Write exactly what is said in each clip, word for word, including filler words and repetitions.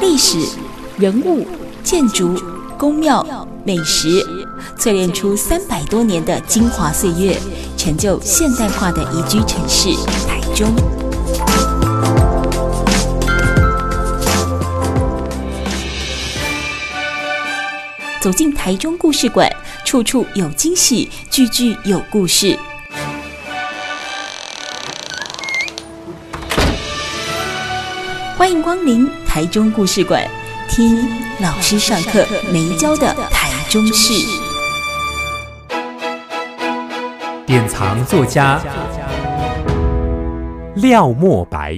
历史、人物、建筑、宫庙、美食，淬炼出三百多年的精华岁月，成就现代化的宜居城市台中。走进台中故事馆，处处有惊喜，句句有故事。欢迎光临台中故事馆，听老师上课没教的台中事。 典藏作家廖墨白。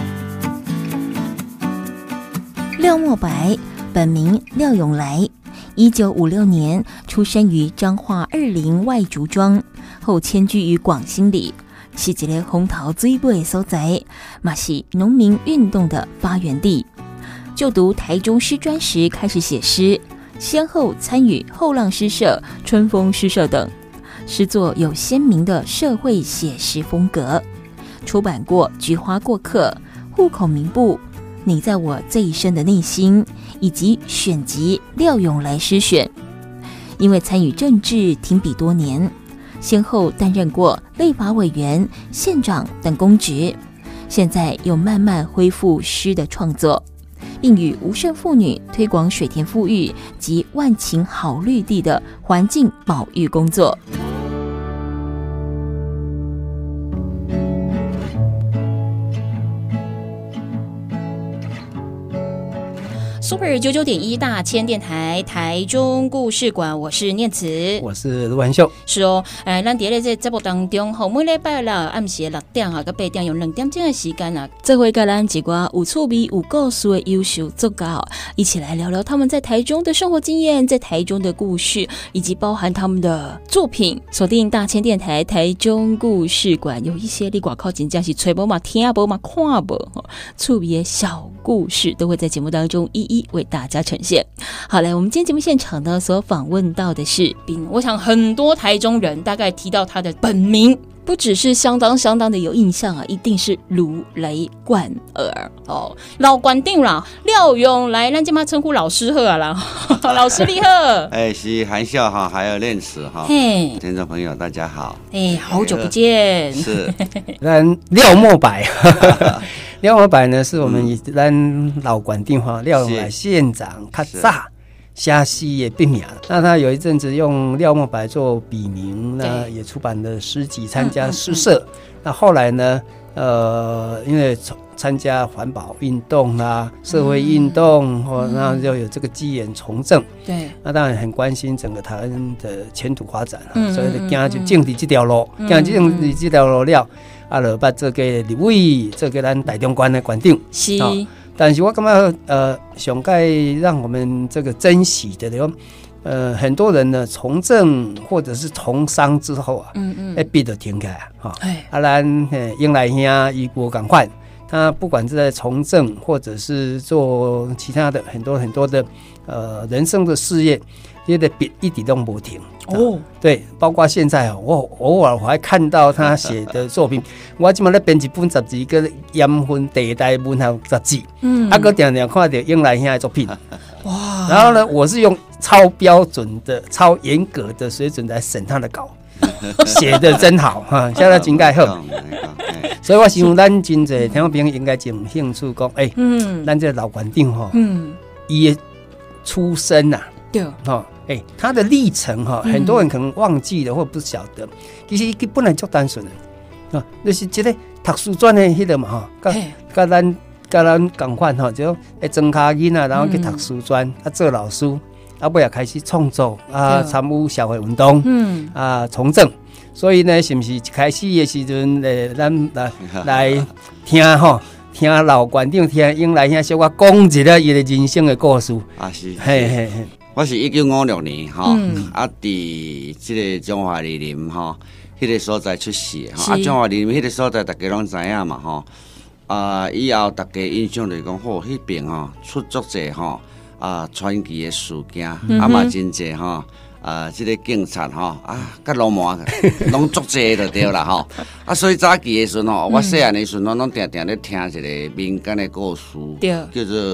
廖墨白本名廖永来，一九五六年出生于彰化二林外竹庄，后迁居于广兴里，是一个风头水尾的所在，也是农民运动的发源地。就读台中师专时开始写诗，先后参与后浪诗社、春风诗社等，诗作有鲜明的社会写实风格。出版过《菊花过客》、《户口名簿》、《你在我最深的内心》以及选集《廖永来诗选》。因为参与政治停笔多年，先后担任过立法委员、县长等公职，现在又慢慢恢复诗的创作，并与无剩妇女推广水田富裕及万顷好绿地的环境保育工作。Super 九九点一大千电台台中故事馆，我是念慈， 我是卢文秀。 是哦，哎，咱伫咧这节目当中，吼，每礼拜六暗时六点啊，到八点用两点钟的时间啊，这回跟咱几个有趣味、有故事的优秀作家，一起来聊聊他们在台中的生活经验，在台中的故事，以及包含他们的作品。锁定大千电台台中故事馆，有一些你外口真正是吹无嘛、听无嘛、看无，趣味的小故事都会在节目当中一一为大家呈现。好，来，我们今天节目现场呢，所访问到的是，并我想很多台中人大概提到他的本名，不只是相当相当的有印象啊，一定是如雷贯耳哦。老馆长啦，廖永来，咱今嘛称呼老师好啊啦，老师你好。 哎，是含笑哈，还有练词哈。嘿，听众朋友大家好。 哎，好久不见。 是， 咱廖墨白。廖墨白呢，是我们咱老馆长哈，廖永来县长较早写诗的笔名。那他有一阵子用廖墨白做笔名，那也出版了诗集，参加诗社。嗯嗯嗯，那后来呢，呃，因为参加环保运动啦、社会运动，或、嗯、那就有这个机缘从政。对，那当然很关心整个台湾的前途发展，嗯、所以就行就政治这条路，行、嗯、政治这条路了。啊，就把这个立委，这个咱台中县的馆长是、哦，但是我感觉呃，上该让我们这个珍惜的，就呃，很多人呢从政或者是从商之后啊，嗯嗯，一笔就停开啊，啊，咱永来兄伊无同款，他不管是在从政或者是做其他的很多很多的呃人生的事业，这个笔一直都不停。哦，对，包括现在我偶尔我还看到他写的作品，我今嘛在编一本杂志，叫《盐分第一代文学杂志》，嗯，啊，个常常看到永来兄的作品，哇，然后呢，我是用超标准的、超严格的水准来审他的稿，写的真好哈，现在真该好，所以我想咱真侪听众朋友应该真有兴趣讲，哎、欸，嗯，咱这老馆长哈，嗯，伊的出身呐，对，哈。欸、他的历程哈，很多人可能忘记了或不晓得。嗯、其实他本来就单纯的啊，就是这个读书专的迄个嘛哈，跟跟咱跟咱同款哈，就诶装卡囡仔，然后去读书专，嗯、啊做老师，啊尾也开始创作啊，参与社会运动，嗯啊从政。所以呢，是不是一开始的时阵，诶，咱来来听哈，听老馆长听永来兄小可讲一个伊的人生的故事啊，是，嘿嘿嘿。我是一九五六年哈，嗯、啊，伫这个中华梨林哈，迄、那个所在出世哈，啊，中华梨林迄个所在大家拢知影嘛哈，啊，以后大家印象就是讲，吼，迄边吼出足侪吼啊传奇的事件，嗯、啊嘛真侪吼。啊，这个警察吼啊，甲流氓拢足济就对啦吼。啊，所以早期的时阵吼，我细汉的时阵，拢定定咧听一个民间的故事，叫做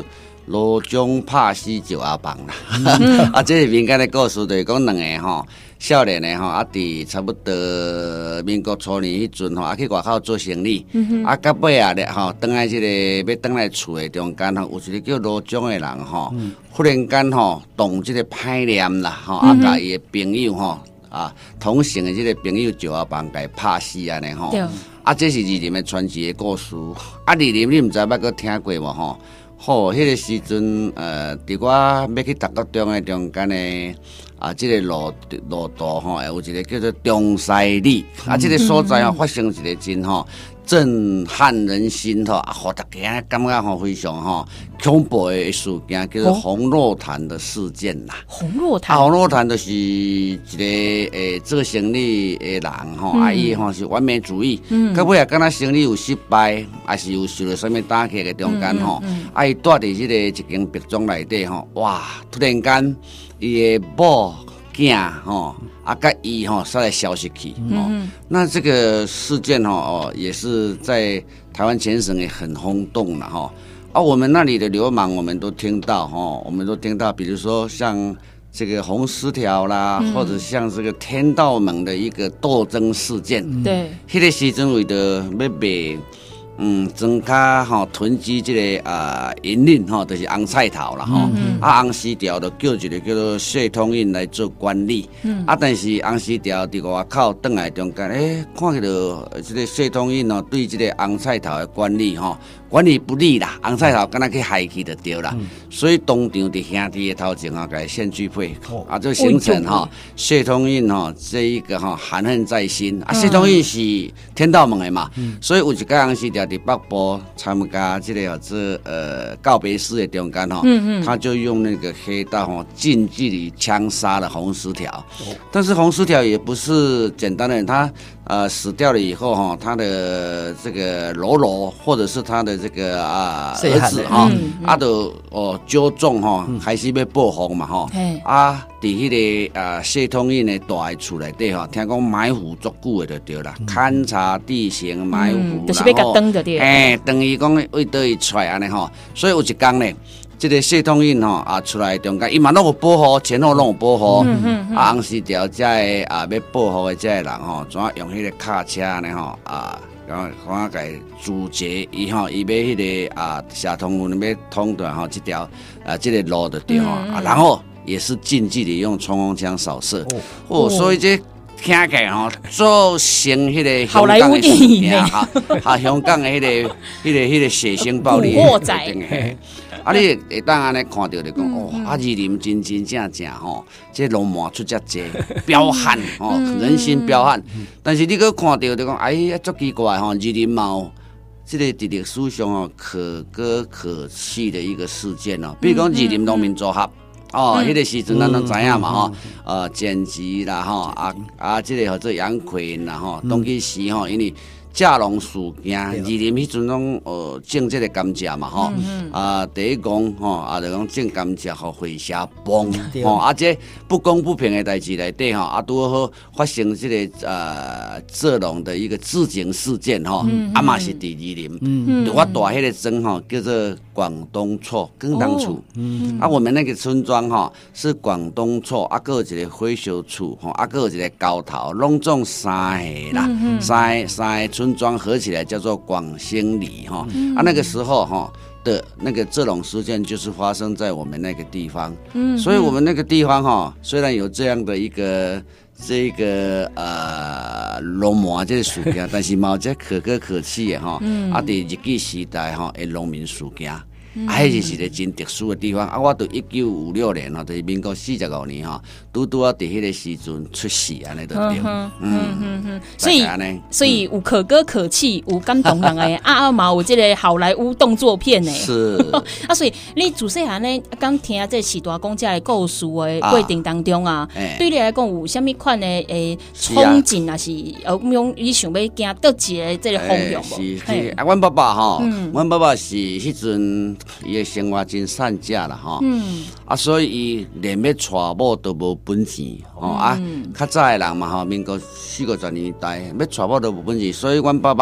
罗中拍死石阿棒啦，嗯、啊，这是民间的故事，就是讲两个吼少年的吼，啊，伫差不多民国初年迄阵吼，啊去外口做生意，嗯、啊，到尾啊咧吼，倒来即个要倒来厝的中间吼，有一个叫罗中的人吼，嗯、忽然间吼动即个歹念啦，吼，啊，甲伊的朋友吼。啊，同行的这个朋友就要帮佢拍死安尼吼，啊，这是二林的传奇的故事。啊，二林你唔知捌个听过无吼？吼，迄、那个时阵，呃，伫我要去台北中的中间的啊，这个路路道吼，有一个叫做中西里，啊，这个所在吼发生一个真吼。震撼人心吼，啊，互大家感觉吼非常吼恐怖的事件，叫做红若潭的事件啦。 红若潭， 啊，红若潭就是一个诶做生意的人吼，啊，伊吼是完美主义，到尾啊，敢若生意有失败，还是有受到什么打击的中间吼，啊，伊住伫即个一间别庄内底吼，哇，突然间伊的某囝吼。啊，甲伊吼，煞来消息去哦。嗯、那这个事件吼哦，也是在台湾全省也很轰动了哈。啊，我们那里的流氓，我们都听到哈，我们都听到，比如说像这个红丝条啦，嗯、或者像这个天道盟的一个斗争事件。 对， 迄个时阵为着要卖。嗯，增加吼囤积这个啊银领吼，就是红菜头啦吼，嗯、啊红丝条就叫一个叫做谢通印来做管理，嗯、啊但是红丝条伫外口转来中间，诶、欸，看起来这个谢通印哦，对这个红菜头的管理吼。管理不力啦，红菜头敢若去害去就对啦，嗯、所以当场伫兄弟的头前啊，给献巨配，哦、啊，就形成哈谢通印哈这一个哈含恨在心啊。谢通印是天道盟的嘛，嗯、所以有一个红丝条伫北部参加这个这呃告别式的中间哈，嗯嗯他就用那个黑道哈近距离枪杀了红丝条，哦、但是红丝条也不是简单的人，他。呃，死掉了以后哈，他的这个喽啰或者是他的这个啊儿子哈，啊都哦纠众哈，还是要报复嘛哈，啊，伫迄个啊谢通印的大个厝内底哈，听讲埋伏足久的就对啦，勘察地形埋伏， 就是要甲登就对， 哎，等于讲为倒伊出来安尼吼，所以有一天呢。这个谢通印吼啊出来中间，伊嘛拢有保护，前后拢有保护。嗯嗯嗯、啊，红丝条这个啊要保护的这个人吼，怎啊用迄个卡车呢吼啊，然后看个阻截伊吼，伊要迄个啊下通路要通断吼，这条啊这个路就对吼、嗯嗯、啊，然后也是近距离用冲锋枪扫射。哦，哦所以这。听起来吼，做成迄个好莱坞电影呢， 哈，哈，香港的迄个、迄个、迄个血腥暴力， 古惑仔。 啊，你会当安尼看到就讲，哦，啊，二林真真正正吼，这龙马出遮济，彪悍吼，人心彪悍。但是你搁看到就讲，哎呀，足奇怪吼，二林嘛，这个伫历史上哦，可歌可泣的一个事件哦，比如讲二林农民组合。哦，迄、那个时阵咱都知影嘛吼，呃，剪辑啦吼，啊啊，即、這個叫做杨奎啦吼，当其时吼，因为架龙事件，二林迄阵拢呃种即个甘蔗嘛吼，啊第一讲吼，啊就讲种甘蔗互回社帮吼，啊这不公不平的代志内底吼，啊拄好发生即、這個呃蔗農的一個自警事件吼，啊嘛是第二林，我大迄個庄吼叫做广东厝，广东厝，啊我們那個村莊吼是廣東厝，啊閣有一個火燒厝吼，啊閣有一個高頭，攏總三個啦，三三個村莊合起來叫做廣興里哈，啊那個時候哈的那個這種事件就是發生在我們那個地方，嗯，所以我們那個地方哈雖然有這樣的一個這個呃農民這個事件，但是嘛有這可歌可泣的哈，嗯、啊在日據時代哈的農民事件。嗯、啊，迄是一個真特殊的地方。啊，我到一九五六年吼，就是民國四十五年吼，拄拄啊，伫迄個時陣出世安尼就對。嗯嗯嗯嗯，所以所以有可歌可泣，有感動人的啊啊嘛有這個好萊塢動作片呢。 是啊，所以你自細漢呢，剛聽啊，這時大公這個故事的過程當中啊，啊對你來講有啥物款的誒憧憬啊？是呃，用你想要行倒一個這個方向無？ 是是啊，阮爸爸吼，阮爸爸是迄陣。伊的生活真善價啦吼，嗯、啊，所以伊連要娶某都無本錢吼、嗯、啊，較早的人嘛吼，民國四五十年代要娶某都無本錢，所以阮爸爸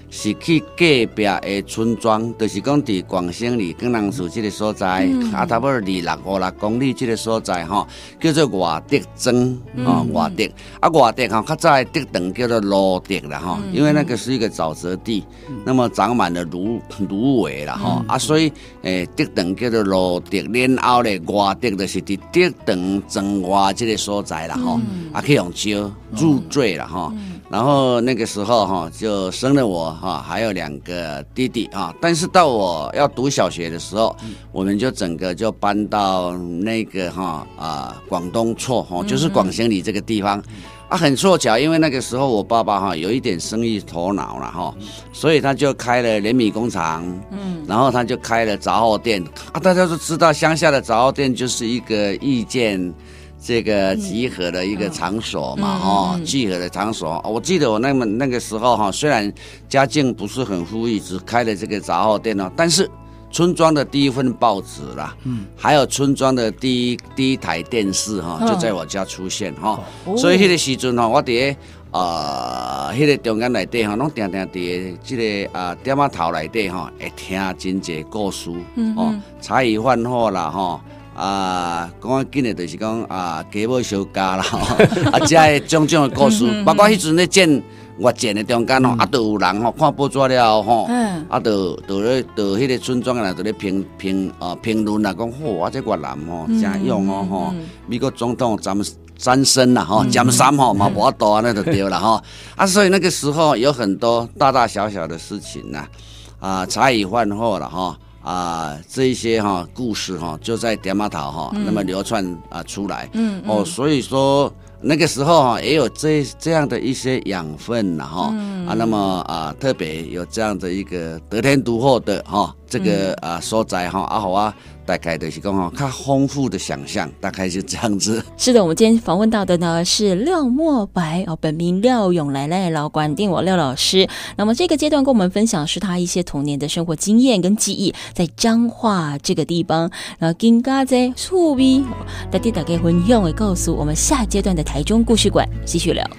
是去隔壁的村庄，就是讲伫广兴里耿人厝这个所在，嗯、啊，差不多二六五六公里这个所在吼，叫做外德庄哦，外德啊，外德吼，较早的德堂叫做芦德啦吼，因为那个是一个沼泽地，嗯、那么长满了芦芦苇啦吼，嗯、啊，所以诶，德堂叫做芦德，然后咧外德就是伫德堂庄外这个所在啦吼，嗯、啊，去用石入赘啦吼。嗯然后那个时候哈，就生了我哈，还有两个弟弟啊。但是到我要读小学的时候，嗯、我们就整个就搬到那个哈啊广东厝哈，就是广兴里这个地方。嗯、啊，很凑巧，因为那个时候我爸爸哈有一点生意头脑了哈，嗯、所以他就开了联米工厂，嗯，然后他就开了杂货店啊。大家都知道，乡下的杂货店就是一个意见。这个集合的一个场所嘛，哦、嗯，集合的场所。我记得我那么那个时候哈，虽然家境不是很富裕，只开了这个杂货店哦，但是村庄的第一份报纸啦，嗯，还有村庄的第一第一台电视哈，就在我家出现哈。哦、所以那个时阵哈，我伫呃，迄、那个中间内底哈，拢定定伫这个啊点仔头内底哈，会听真济故事，嗯、哦，茶余饭后啦哈。啊，讲啊紧的，就是讲啊，家母相加啦，啊，这些种种的故事，包括迄阵咧建越建的中间吼，啊，都有人吼看报纸了吼，啊，都都咧都迄个村庄啦，都咧评评啊评论啦，讲嚯，啊，这越南吼真勇哦吼，美国总统詹詹森啦吼，詹森吼嘛无法度啊，那就对了吼，啊，所以那个时候有很多大大小小的事情呐，啊，茶余饭后了哈。啊，这一些哈、啊、故事哈、啊，就在点马头哈，嗯、那么流传啊出来，嗯嗯、哦，所以说那个时候哈、啊，也有这这样的一些养分呐哈，嗯、啊，那么啊特别有这样的一个得天独厚的哈、啊、这个啊所在哈，啊好啊。大概的是讲哈，较丰富的想象，大概是这样子。 是的，我们今天访问到的呢是廖墨白哦，本名廖永来来老管定我廖老师。那么这个阶段跟我们分享是他一些童年的生活经验跟记忆，在彰化这个地方，然后更加在趣味，大家大家分享会告诉我们下阶段的台中故事馆继续聊。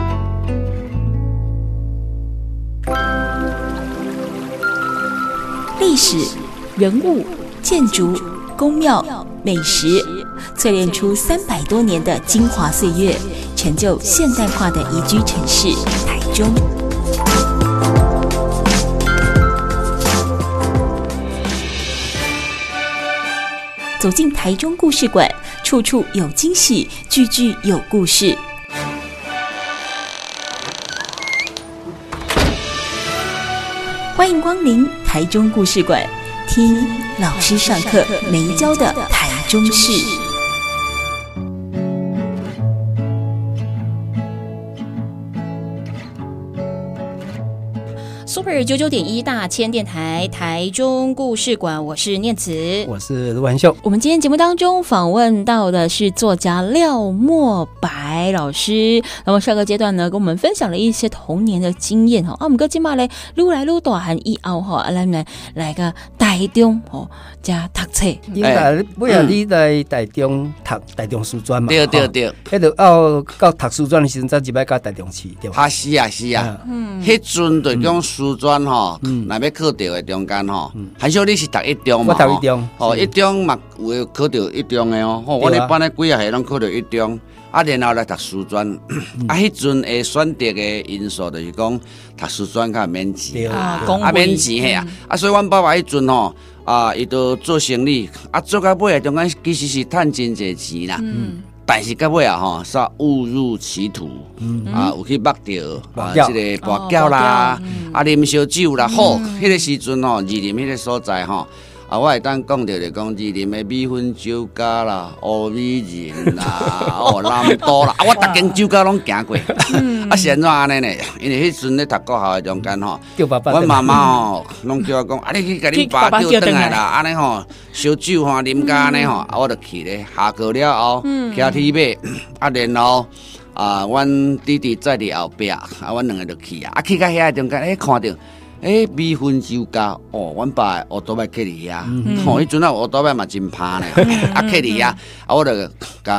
历史人物。建筑、宫庙、美食，淬炼出三百多年的精华岁月，成就现代化的宜居城市台中。走进台中故事馆，处处有惊喜，句句有故事。欢迎光临台中故事馆。听老师上课没教的台中市。Super 九九点一大千电台台中故事馆，我是念慈， 我是卢文秀。 我们今天节目当中访问到的是作家廖墨白老师。那么上个阶段呢，跟我们分享了一些童年的经验哈。啊，我们今嘛嘞，愈来愈大汉以后哈，啊，咱来来个台中吼，加读册。 你来，尾啊，你来台中读台中师专嘛？ 对对对。 迄度到到读师专的时阵，才入来到台中市，对吧？ 啊是啊是啊，嗯，迄阵就讲师专吼，若要考到的中间吼，还少你是读一中嘛？ 我读一中， 哦，一中嘛有考到一中的哦，我咧班咧几啊下拢考到一中。啊，然后来读师专，啊，迄阵会选择的因素就是讲读师专较免钱啊，啊免钱嘿啊，啊，所以阮爸爸迄阵吼，啊，伊都做生意，啊，做到尾啊，中间其实是趁真侪钱啦，嗯，但是到尾啊吼，煞误入歧途，嗯、啊，有去捌着啊，即、这个跋筊啦，嗯、啊，啉烧酒啦，好，迄、嗯、个时阵吼，二林迄个所在吼。啊，我会当讲到就讲二林的米粉酒家啦、乌米仁啦、哦南都啦，啊，我逐间酒家拢行过。啊，是安怎安尼呢？因为迄阵咧读国校的中间吼，阮妈妈吼拢叫我讲，啊，你去甲恁爸叫转来啦，安尼吼烧酒吼啉甲安尼吼，啊，我就去咧。下课了后，骑铁马，啊，然后啊，阮弟弟在伫后壁，啊，阮两个就去啊，啊，去到遐中间，诶，看到。诶，米粉酒家哦，阮爸乌多摆客伫遐，吼，迄阵啊乌多摆嘛真歹咧，啊客伫遐，啊我就甲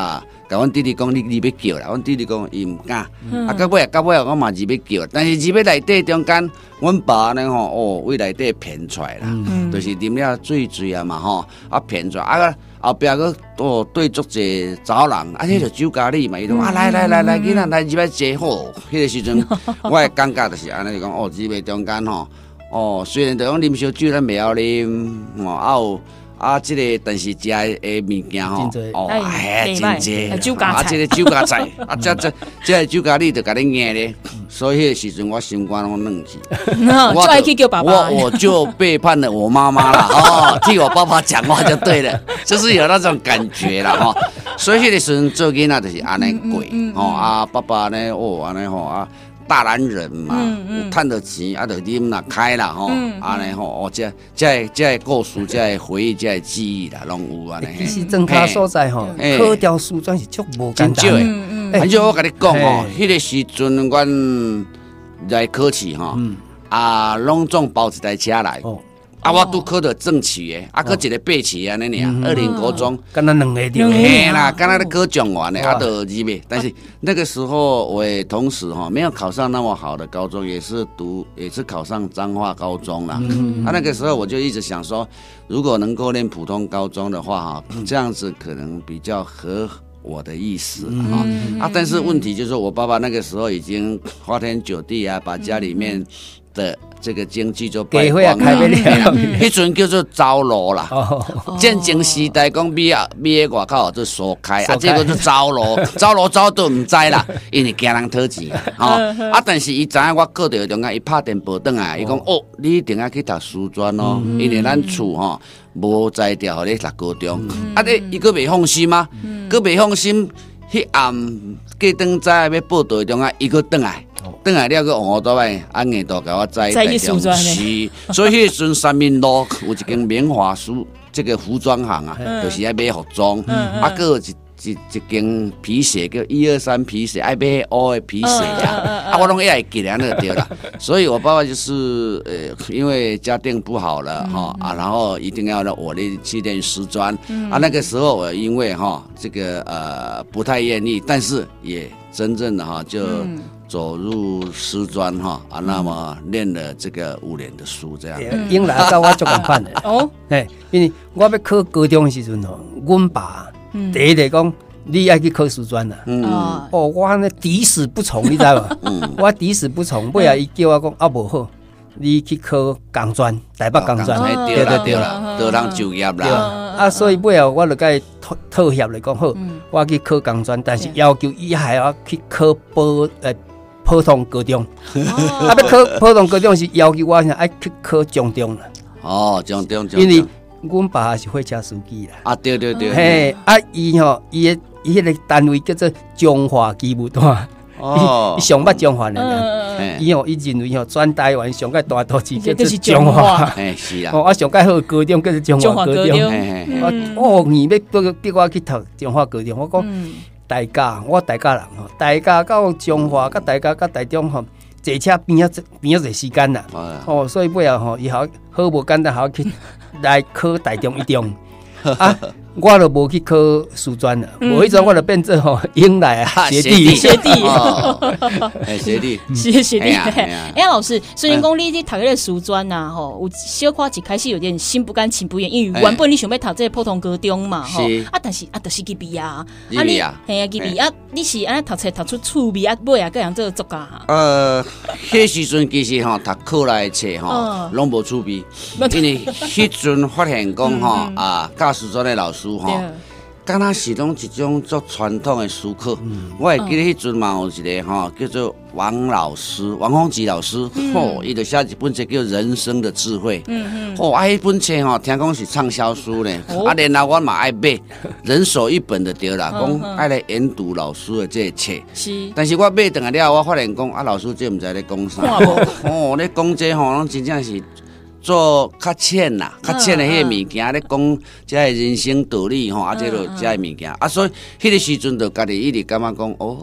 甲阮弟弟讲，你你要叫啦，阮弟弟讲伊毋敢，嗯、啊，到尾到尾我嘛是要叫，但是入要内底中间，阮爸呢吼，哦，为内底骗出来啦，嗯、就是啉了醉醉啊嘛吼，啊骗出来，啊后壁个哦对足者查某人，啊，迄个酒家里嘛，伊讲啊来来来来，囡仔来入来坐好，迄个时阵我的感觉就是安尼讲，哦，入来中间吼，哦，虽然就讲啉烧酒咱袂晓啉，哦，啊有。啊，即、这个但是食诶物件吼，哦，哎，真济， 酒家菜， 啊，即、这个酒家菜，啊，这这这个酒家你就甲你硬咧，所以迄个时阵我心肝拢软去， 我就爱去叫爸爸， 我我就背叛了我妈妈了，哦，替我爸爸讲话就对了，就是有那种感觉啦，吼、哦，所以迄个时阵做囡仔就是安尼过，吼、哦、啊，爸爸呢，哦，安尼吼啊。大男人嘛，嗯嗯、有趁到钱啊，就啉啦开啦吼，安尼吼，哦，这这这故事、这回忆、这记忆啦，拢有安尼。 其实庄脚所在吼，考调书专是足无简单。 嗯嗯，而且我甲你讲吼，迄个时阵阮来考试吼，啊，拢总包一台车来。啊，我拄考到正取诶，啊，考一个八取安尼尔，二零国中， 敢若两个着嘿啦，敢若咧考状元诶，啊，就入诶。但是那个时候我也同时哈没有考上那么好的高中，也是读也是考上彰化高中啦。嗯、啊，那个时候我就一直想说，如果能够念普通高中的话哈，这样子可能比较合我的意思哈、嗯、啊。但是问题就是我爸爸那个时候已经花天酒地啊，把家里面的这个经济就败光了，迄阵叫做走路啦。战争时代讲米啊米的外口做疏开，啊，这个就走路，走路走都唔知啦，因为惊人讨钱吼。啊，但是伊知影我过着中间，伊拍电报转来，伊讲哦，你一定要去读师专哦，因为咱厝吼无才调互你读高中。啊，你伊个袂放心吗？个袂放心，迄暗过灯早要报道中啊，伊个转来。转来了，个黄倒来，啊硬度甲我载台中市，所以迄时阵三民路有一间棉华书，这个服装行啊，嗯、就是爱买服装，嗯、啊，个有一一一间皮鞋叫一二三皮鞋，爱买乌的皮鞋啊，嗯、啊，我拢爱记咧那个对啦。所以我爸爸就是呃，因为家境不好了哈、嗯、啊，然后一定要让我去念师专、嗯、啊。那个时候我因为哈这个呃不太愿意，但是也真正的哈就。嗯走入师专哈啊，那么念了这个五年的书，这样。 应来到我足共款的哦，哎，因为我要考高中的时阵吼，阮爸第一个讲，你爱去考师专啦。嗯，哦，我呢抵死不从，你知道吗？嗯，我抵死不从，尾啊，伊叫我讲啊，无好，你去考工专，台北工专。 哎，对啦对啦，都人就业啦。 啊，所以尾啊，我就甲伊妥协来讲好，我去考工专，但是要求伊还要去考保呃。普通高中，啊，要考普通高中是要求我爱去考中中啦。 哦，中中中。 因为阮爸是火车司机啦。 啊，对对对。 嘿，啊，伊吼，伊个伊迄个单位叫做中华机务段。哦。伊上捌中华的人。伊吼，伊认为吼，全台湾上个大都市叫做中华。 嘿，是啊。 哦，啊，上个好高中叫做中华高中。哦，你要逼逼我去读中华高中，我讲。大家，我大家人吼，大家到中华，甲大家甲台中吼，坐车边啊边啊侪时间啦。哦，所以尾后吼，以后好无简单，好去来考台中一中啊。我就无去考师专了，无迄阵我就变做吼英来啊学弟学弟， 哎学弟， 学学弟。哎，老师，虽然讲你去读迄个师专呐，吼，有小可一开始有点心不甘情不愿，因为原本你想要读这个普通高中嘛，吼，啊，但是啊，就是去毕业啊，啊你，嘿啊，去毕业，你是安尼读册读出趣味啊，尾啊，个样做作家。 呃，迄时阵其实吼读课来的册吼，拢无趣味，因为迄阵发现讲吼啊，教师专的老师。吼，敢若是拢一种足传统的思考。嗯、我会记得迄阵嘛有一个吼叫做王老师，王洪吉老师，吼、嗯，伊、哦、就写一本册叫《人生的智慧》。嗯嗯。哦，啊，迄本册吼，听讲是畅销书呢。哦、啊，然后我嘛爱买，人手一本就对啦。讲爱来研读老师的这个册。是。但是我买回来了，我发现讲啊，老师这毋知咧讲啥。哦，咧讲这吼，拢真正是。做较浅啦，较浅的迄个物件咧讲，即个人生道理吼，啊，即个即个物件啊，所以迄个时阵就家己一直感觉讲，哦，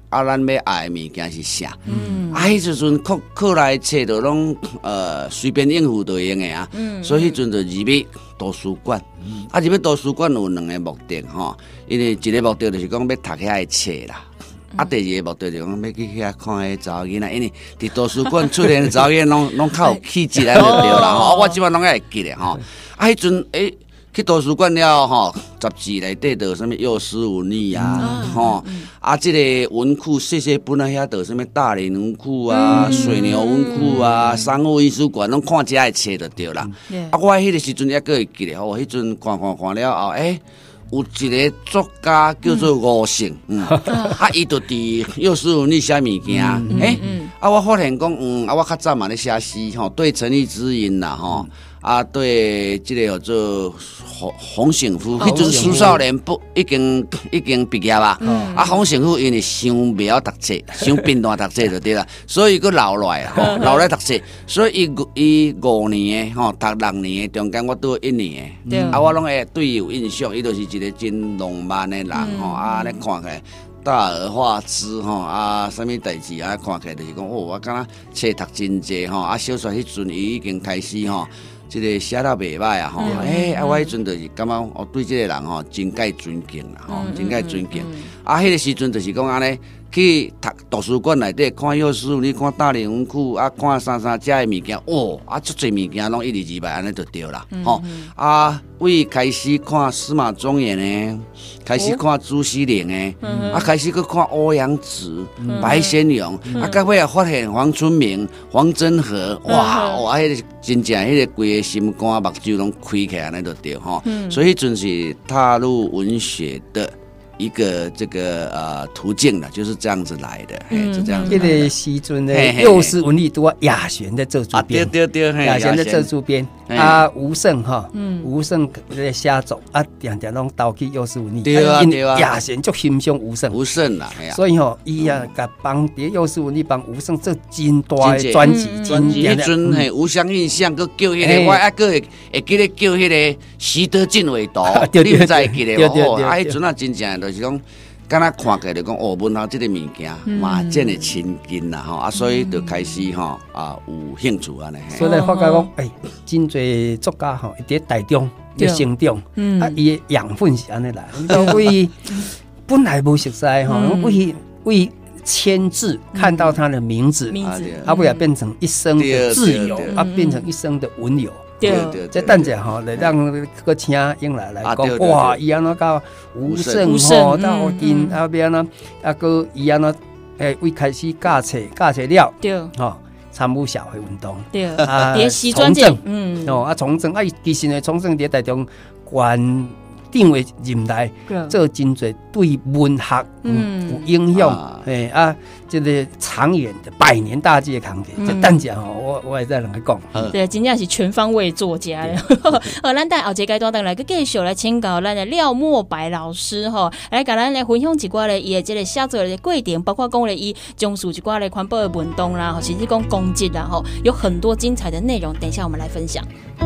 啊，咱要爱的物件是啥？嗯，啊，迄时阵课课内册都拢呃随便应付就用的啊。嗯，所以迄阵就入去图书馆。嗯、啊，入去图书馆有两个目的吼，因为一个目的就是讲要读遐个册啦。啊，第二个目的就是讲要去遐看迄查某囡仔，因为伫图书馆出现的查某囡仔拢拢较有气质来就对啦。吼、哦，我即摆拢会记咧吼。啊，迄阵诶。去图书馆了吼，杂志内底都有啥物幼师文艺啊，吼、嗯、啊，即、这个文库细细本啊，遐都有啥物大林文库啊、嗯、水牛文库啊、商务印书馆，拢看遮个册就对啦。嗯、啊，我迄个时阵还阁会记咧，吼，迄阵看看看了后，诶、欸，有一个作家叫做吴胜，嗯，嗯啊，伊就伫幼师文艺写物件，诶、嗯欸嗯，啊，我发现讲，嗯，啊，我较早嘛咧写诗，吼，对陈立之音啦，吼。啊，对，这个叫做洪洪胜夫，迄阵苏少年不已经已经毕业啦。嗯、啊，洪胜夫因为伤袂晓读册，伤笨蛋读册就对啦，所以佮留落来吼，留来读册。所以伊伊五年的吼，读六年的，中间我拄一年的。啊，我拢会对伊有印象，伊就是一个真浪漫的人吼、嗯。啊，你看起来大而化之吼，啊，啥物代志啊，看起来就是讲，哦，我感觉册读真济吼，啊，小说迄阵伊已经开始吼。这个写得袂歹啊吼，诶、欸，啊，我迄阵就是感觉我对这个人吼真介尊敬啦吼，真介尊敬。啊，迄、那个时阵就是讲安尼，去读图书馆内底看幼师文，你看大林文库啊，看啥啥遮的物件，哦，啊，足侪物件拢一字二百安尼就对啦，吼、嗯嗯。啊，为开始看司马中原的，开始看朱西甯的、嗯，啊，开始去看欧阳子、嗯、白先勇，嗯、啊，到尾也发现黄春明、黄真和，哇，嗯、哇，迄、那个真正迄个规个心肝目睭拢开起来安尼就对吼、嗯。所以迄阵是踏入文学的。一个这个呃途径了，就是这样子来的，嗯，就这样子。那个时阵呢，幼师文艺都要亚璇在做主编， 对对对， 亚璇在做主编，啊，吴胜哈，嗯，吴胜在写作啊，常常拢投去幼师文艺， 对啊对啊， 亚璇就欣赏吴胜， 吴胜啦， 所以吼，伊啊，甲帮伫幼师文艺帮吴胜做真大的专辑， 专辑。迄阵嘿，吴相印象，佮叫迄个，我还佮会会记咧叫迄个徐德进为导，你唔知记咧无？啊，迄阵啊，真正。就是讲，敢若看起来就讲哦，文学这个物件嘛，真的亲近啦吼，啊，所以就开始吼啊有兴趣安尼。 所以发觉讲，哎，真侪作家吼，伊伫台中伫成长，啊，伊的养分是安尼来，为本来无熟悉吼，为为签字看到他的名字，啊，不要变成一生的挚友，啊，变成一生的文友。对对，这等者吼，来让个请英来来讲，哇，伊安怎到吴胜吼，到因后边呢，啊个伊安怎诶，为开始教册教册了，对，吼，参与社会运动，对，啊，从政，嗯，哦，啊从政，啊，其实呢，从政伫台中关定位任内做真侪对文学有影响，诶啊，这个长远的百年大计的工作，这等者吼，我我会再两个讲。 对，真正是全方位作家了。好，咱等后一个阶段等来，佮继续来请教咱的廖墨白老师吼，来甲咱来分享一寡咧伊的这个写作的过程，包括讲咧伊从事一寡咧环保的运动啦，甚至讲公职啦，吼，有很多精彩的内容。等一下我们来分享。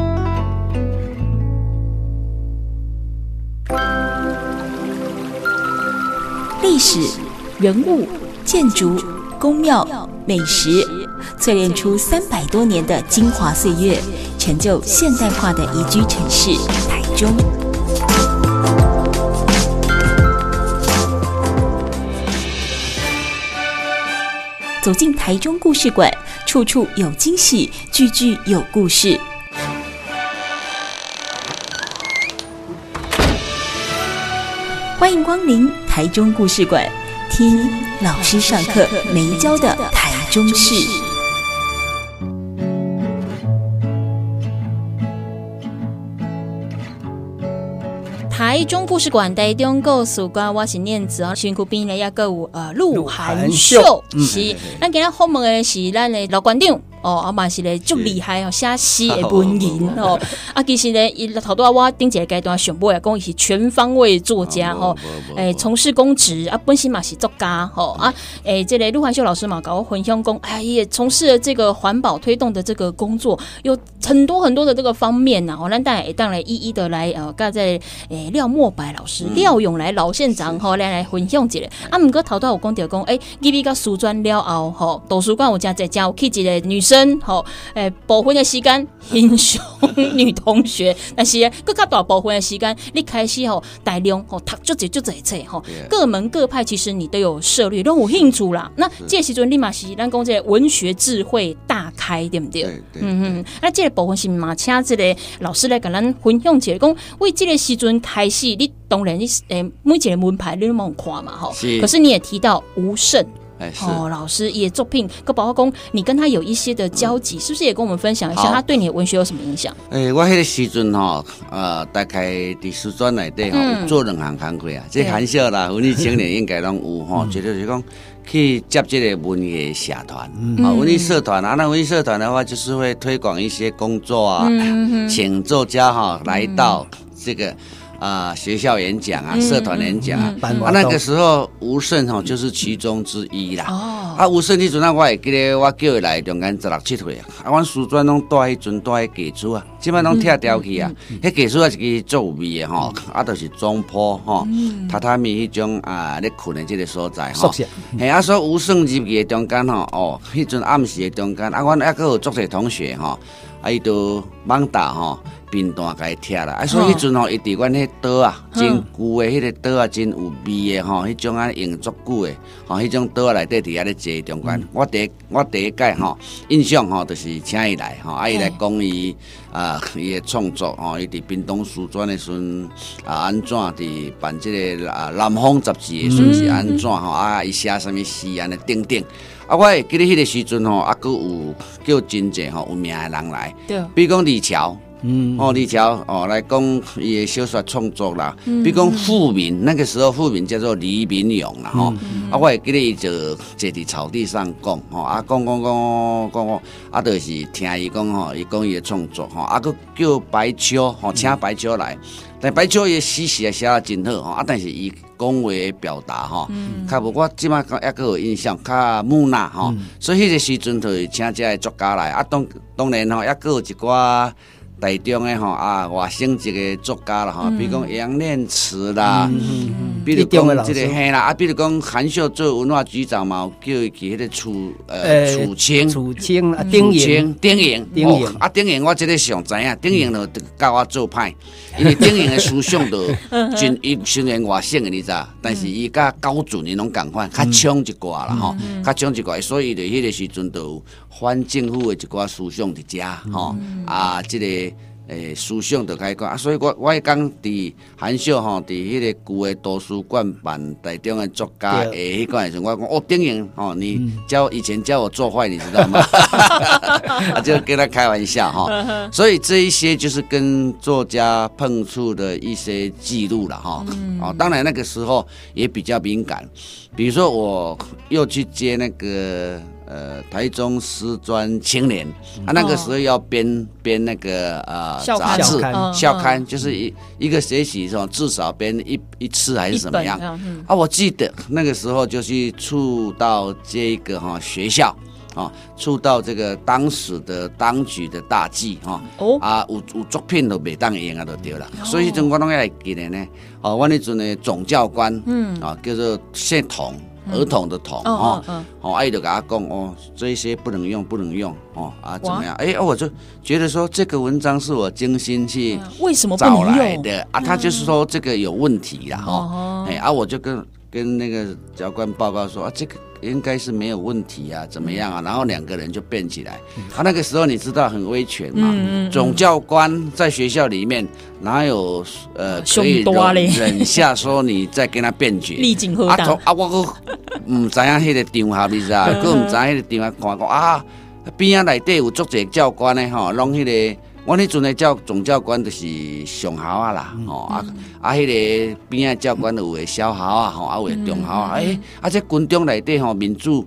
历史、人物、建筑、宫庙、美食，淬炼出三百多年的精华岁月，成就现代化的宜居城市台中。走进台中故事馆，处处有惊喜，句句有故事。欢迎光临台中故事馆，听老师上课没教的台中市。 台中故事馆台中故事馆，我是念子哦。身躯边咧也个有呃鹿晗秀，是咱今日访问的是咱的老馆长哦，啊嘛是咧足厉害哦，写诗的文人哦，啊其实咧，伊头拄我顶一个阶段上尾啊，讲伊是全方位作家吼，诶，从事公职啊，本身嘛是作家吼啊，诶，这个陆汉秀老师嘛，搞我分享讲，哎，也从事了这个环保推动的这个工作，有很多很多的这个方面呐，吼，咱当然会当来一一的来呃，甲在诶廖墨白老师、嗯、廖永来老县长吼，来来分享一下。啊，毋过头拄有讲到讲，诶，入去到书专了后吼，图书馆有真侪真有去一个女生吼，诶，部分的时间欣赏女同学，但是佫较大部分的时间，你开始吼大量吼读足侪足侪册吼，各门各派其实你都有涉猎，都有兴趣啦。那这时阵你嘛是咱讲这个文学智慧大开，对不对？对对嗯嗯。那这个部分是嘛，请这个老师来跟咱分享一下，讲为这个时阵开始，你当然你诶每一个门派你都冇看嘛吼，可是你也提到吴晟。哦，老师也作品，跟包括讲你跟他有一些的交集，嗯、是不是也跟我们分享一下他对你的文学有什么影响？ 诶、欸，我迄个时阵吼，呃，大概伫书专内底吼，有做两项工作啊，即含笑啦，文艺青年应该拢有吼，绝对是讲去接这个文艺社团，嗯、啊，文艺社团啊，那文艺社团的话，就是会推广一些工作啊，嗯、请作家哈来到这个。啊、呃，学校演讲啊，社团演讲啊，嗯嗯、啊，那个时候吴晟吼就是其中之一啦。哦、啊，吴晟迄阵啊，我会记得我叫伊来中间十六七岁啊，啊，阮书专拢住迄阵住喺家厝啊，即摆拢拆掉去啊。迄家厝啊是个足有味的吼，啊，就是中坡吼，榻榻米迄種啊，咧困的即個所在吼。係啊，所以吳晟入去嘅中間吼，哦，迄陣暗時嘅中間，啊，阮還佫有足儕同學吼，啊，伊都網打吼。便當甲伊拆啦，啊，所以迄陣吼，伊佇阮迄島啊，真舊的迄個島啊，真有味的吼，迄種啊用足久的，吼，迄種島啊內底佇遐咧坐中間，嗯、我第我第一屆吼印象吼，就是請伊來吼，啊，伊來講伊啊伊的創作吼，伊佇屏東書專的時陣啊安怎佇辦即個啊南方雜誌的時陣是安怎吼，啊伊寫啥物詩安尼等等。啊，我會記得迄個時陣吼，啊，佫有叫真濟吼有名的人來，比如講李喬。嗯，哦，李喬哦，來講伊的小說創作啦，比如講富民，那個時候富民叫做黎明勇啦，吼、嗯，啊，我會記得伊就坐佇草地上講，吼，啊，講講講講講，啊，就是聽伊講吼，伊講伊的創作，吼，啊，佫叫白秋，吼，請白秋來，但白秋伊詩詞也寫得真好，吼，啊，但是伊講話的表達，吼，較無我即擺抑個有印象，較木訥，吼，嗯、所以迄個時陣就請這個作家來，啊，當當然吼，抑個有一寡。台中的吼啊，外省一個作家啦吼，比如講楊念慈啦，比如講這個嘿啦，啊，比如講韓秀做文化局長嘛，叫伊去迄個楚呃楚清， 楚清啊，丁瑩， 丁瑩，丁瑩，啊，丁瑩我這個上知影，丁瑩就教我做派，因為丁瑩的思想就真，伊雖然外省的你知，但是伊甲高準伊攏共款，較衝一寡啦吼，較衝一寡，所以就迄個時陣就反政府的一寡思想佇遮吼，啊，這個。誒思想就開講啊，所以我我迄講佇韓秀吼，佇迄個舊的圖書館辦台中的作家誒迄個時陣，我講哦，丁瑩哦，你教以前教我做壞，你知道嗎？就跟他開玩笑哈，所以這一些就是跟作家碰觸的一些記錄了哈。哦，當然那個時候也比較敏感，比如說我又去接那個。呃，台中師專青年啊，那個時候要編編那個呃雜誌校刊，就是一一個學期時候至少編一一次還是怎麼樣啊？我記得那個時候就去觸到這個哈學校啊，觸到這個當時的當局的大忌哈啊，有有作品都袂當用啊，就對了。所以陣我攏會記得呢，哦，我那陣的總教官嗯啊叫做謝彤。兒童的童哦，哦，阿姨就跟他講哦，這一些不能用，不能用哦啊，怎麼樣？哎，我就覺得說這個文章是我精心去找來的啊，他就是說這個有問題啦，哈，哎啊，我就跟跟那個教官報告說啊，這個應該是沒有問題啊，怎麼樣啊？然後兩個人就辯起來，啊，那個時候你知道很威權嘛，總教官在學校裡面哪有呃可以忍忍下說你再跟他辯決？ 力盡何當啊！我個唔知影迄個場合，你知啊？佢唔知迄個場合看講啊，邊啊內底有足儕教官咧吼，攏迄個我迄陣的教總教官就是上校啊啦，吼啊啊，迄個邊啊教官有個小校啊，吼啊有個中校啊，誒，啊這軍中內底吼民主。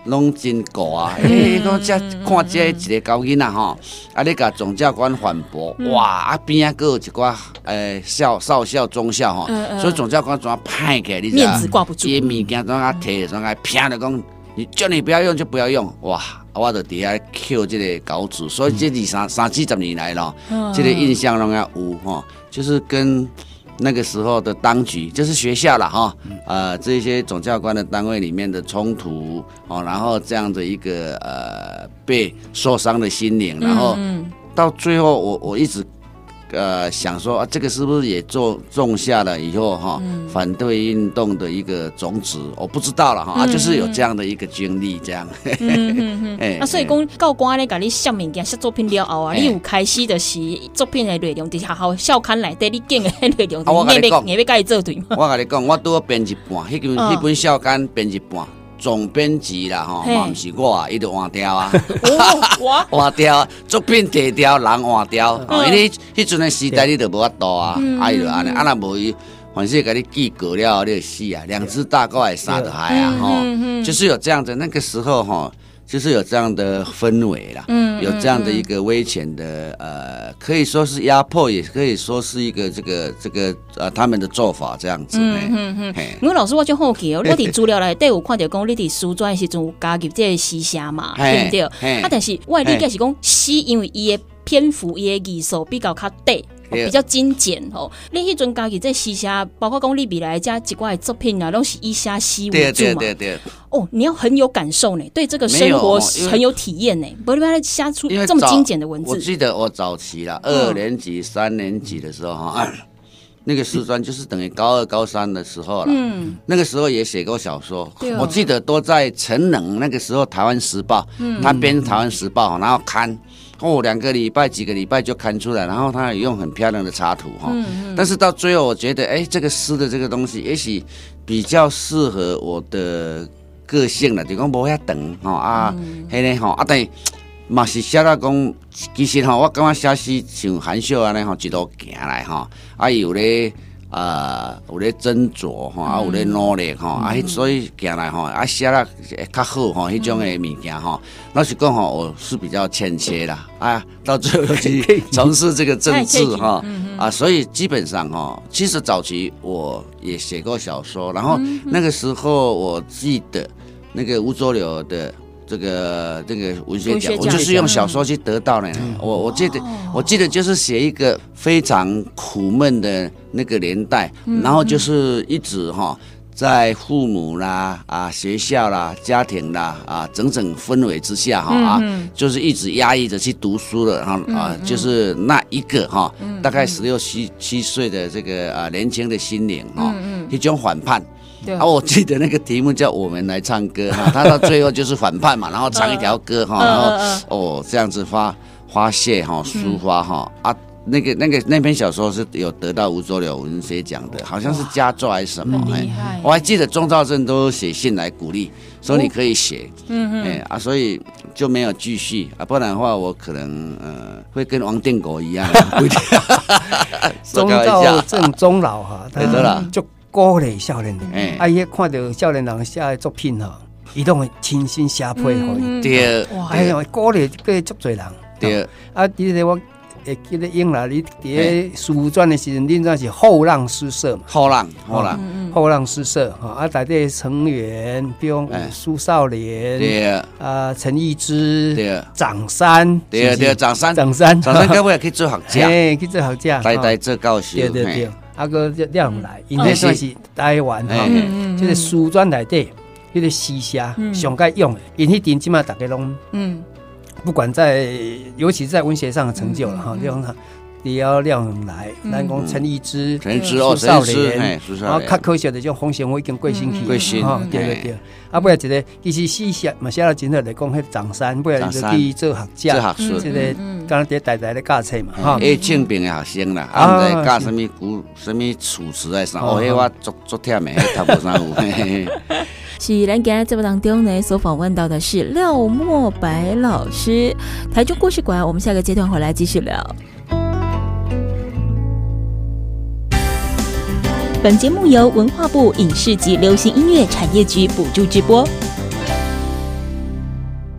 拢真高啊！诶，讲这看这一个高囡仔吼，啊，你甲总教官反驳，哇！啊边啊，佫有一寡诶少少校、中校吼，所以总教官怎啊派起来，你知道？ 面子挂不住， 这物件怎啊摕，怎啊偏的讲，你叫你不要用就不要用，哇！我就底下 Q 这个稿子，所以这二三三几十年来咯，这个印象拢要有吼，就是跟。那个时候的当局就是学校了哈，呃，这些总教官的单位里面的冲突哦，然后这样的一个呃被受伤的心灵，然后到最后我我一直呃想说啊，这个是不是也种种下了以后哈、嗯、反对运动的一个种子？我不知道了哈、嗯啊，就是有这样的一个经历这样。嗯嗯嗯欸、啊，所以讲教官咧，甲你写物件、写作品了后啊，欸、你有开始就是作品的内容，伫学校校刊内底你建的内容， 啊、我甲你讲， 你要甲伊做对吗？ 我甲你讲，我拄好编一半，迄本迄、哦、本校刊编一半。总编辑啦，吼，嘛毋是我啊，伊就换掉啊，换掉啊，作品提掉，人换掉，哦，因为迄阵的时代你就无法度啊，啊伊就安尼，啊若无伊，凡是甲你记过了，你就死啊，两只大狗还杀得害啊，吼，就是有这样的那个时候吼。就是有这样的氛围啦，嗯，有这样的一个威权的呃，可以说是压迫，也可以说是一个这个这个呃他们的做法这样子。嗯嗯嗯。因为老师我就好奇哦，我伫资料内底有看到讲，你伫师专的时阵有加入这个诗写嘛，对不对？啊，但是我的理解是讲诗，因为伊的篇幅、伊的字数比较较短。比较精简吼，你迄阵家己在诗写，包括讲你未来加一寡的作品啊，拢是以写诗为主嘛。对对对对。哦，你要很有感受呢，对这个生活很有体验呢，不然写出这么精简的文字。 我记得我早期啦，二年级、三年级的时候哈、嗯，那个师专就是等于高二、高三的时候啦。嗯。那个时候也写过小说，哦、我记得都在陈能那个时候，《台湾时报》嗯，他编《台湾时报》，然后刊。哦，两个礼拜、几个礼拜就刊出来，然后他也用很漂亮的插图哈。嗯嗯、但是到最后，我觉得，哎，这个诗的这个东西，也许比较适合我的个性了，就讲无遐长吼啊，迄个吼啊，但是嘛是写到讲，其实吼，我感觉写诗像韩秀安尼吼，一路行来吼，啊有咧。呃，有咧斟酌吼，啊有咧努力吼，啊，所以行来吼，啊写了较好吼，迄种的物件吼，老实讲吼，我是比较欠缺啦，啊，到最后去从事这个政治哈，啊，所以基本上哈，其实早期我也写过小说，然后那个时候我记得那个吴浊流的。这个这个文学奖，我就是用小说去得到的。嗯、我我记得，我记得就是写一个非常苦闷的那个年代，嗯、然后就是一直哈，在父母啦、啊学校啦、家庭啦啊整整氛围之下哈啊，嗯、就是一直压抑着去读书的哈啊，嗯、就是那一个哈，嗯、大概十六七七岁的这个啊年轻的心灵哈，嗯、一种反叛。啊，我记得那个题目叫《我们来唱歌》哈，他到最后就是反叛嘛，然后唱一条歌哈，然后哦这样子发发泄哈，抒发哈啊，那个那个那篇小说是有得到吴浊流文学奖的，好像是佳作还是什么？哎，我还记得钟肇政都写信来鼓励，说你可以写，嗯哎啊，所以就没有继续啊，不然的话我可能呃会跟王定国一样，不一定。 钟肇政钟老哈， 对的啦， 就。鼓励少年人，啊，伊看到少年人写的作品吼，伊都会亲身写批互伊。 对， 哎呀，鼓励个足侪人。 对， 啊，你咧我会记得英啦，你伫咧书专的时阵，恁那是后浪诗社嘛？ 后浪，后浪， 后浪诗社哈，啊，内底成员，比如苏少年，对，啊，陈奕之，对，张三， 对对，张三， 张三， 张三，该不会去做学者？ 哎，去做学者， 呆呆做教授， 对对对。啊个廖永来，因迄算是台湾哈，即个书专内底，迄个诗写上该用的，因迄阵即马大家拢，嗯，不管在，尤其是在文学上的成就了哈，廖廖廖永来，咱讲陈奕之、苏少年，然后较可惜的种洪贤辉已经过身去， 过身， 对对对。啊，尾一个其实诗写嘛写了真好来讲，迄张三，尾来就去做学者，即个刚才在台咧教册嘛，哈。 诶，正平的学生啦，啊，毋知教什么古什么楚辞还是啥，哦，迄我足足忝的，迄读无啥有。 是咱今日节目当中呢，所访问到的是廖墨白老师，台中故事馆。我们下个阶段回来继续聊。本节目由文化部影视及流行音乐产业局补助直播。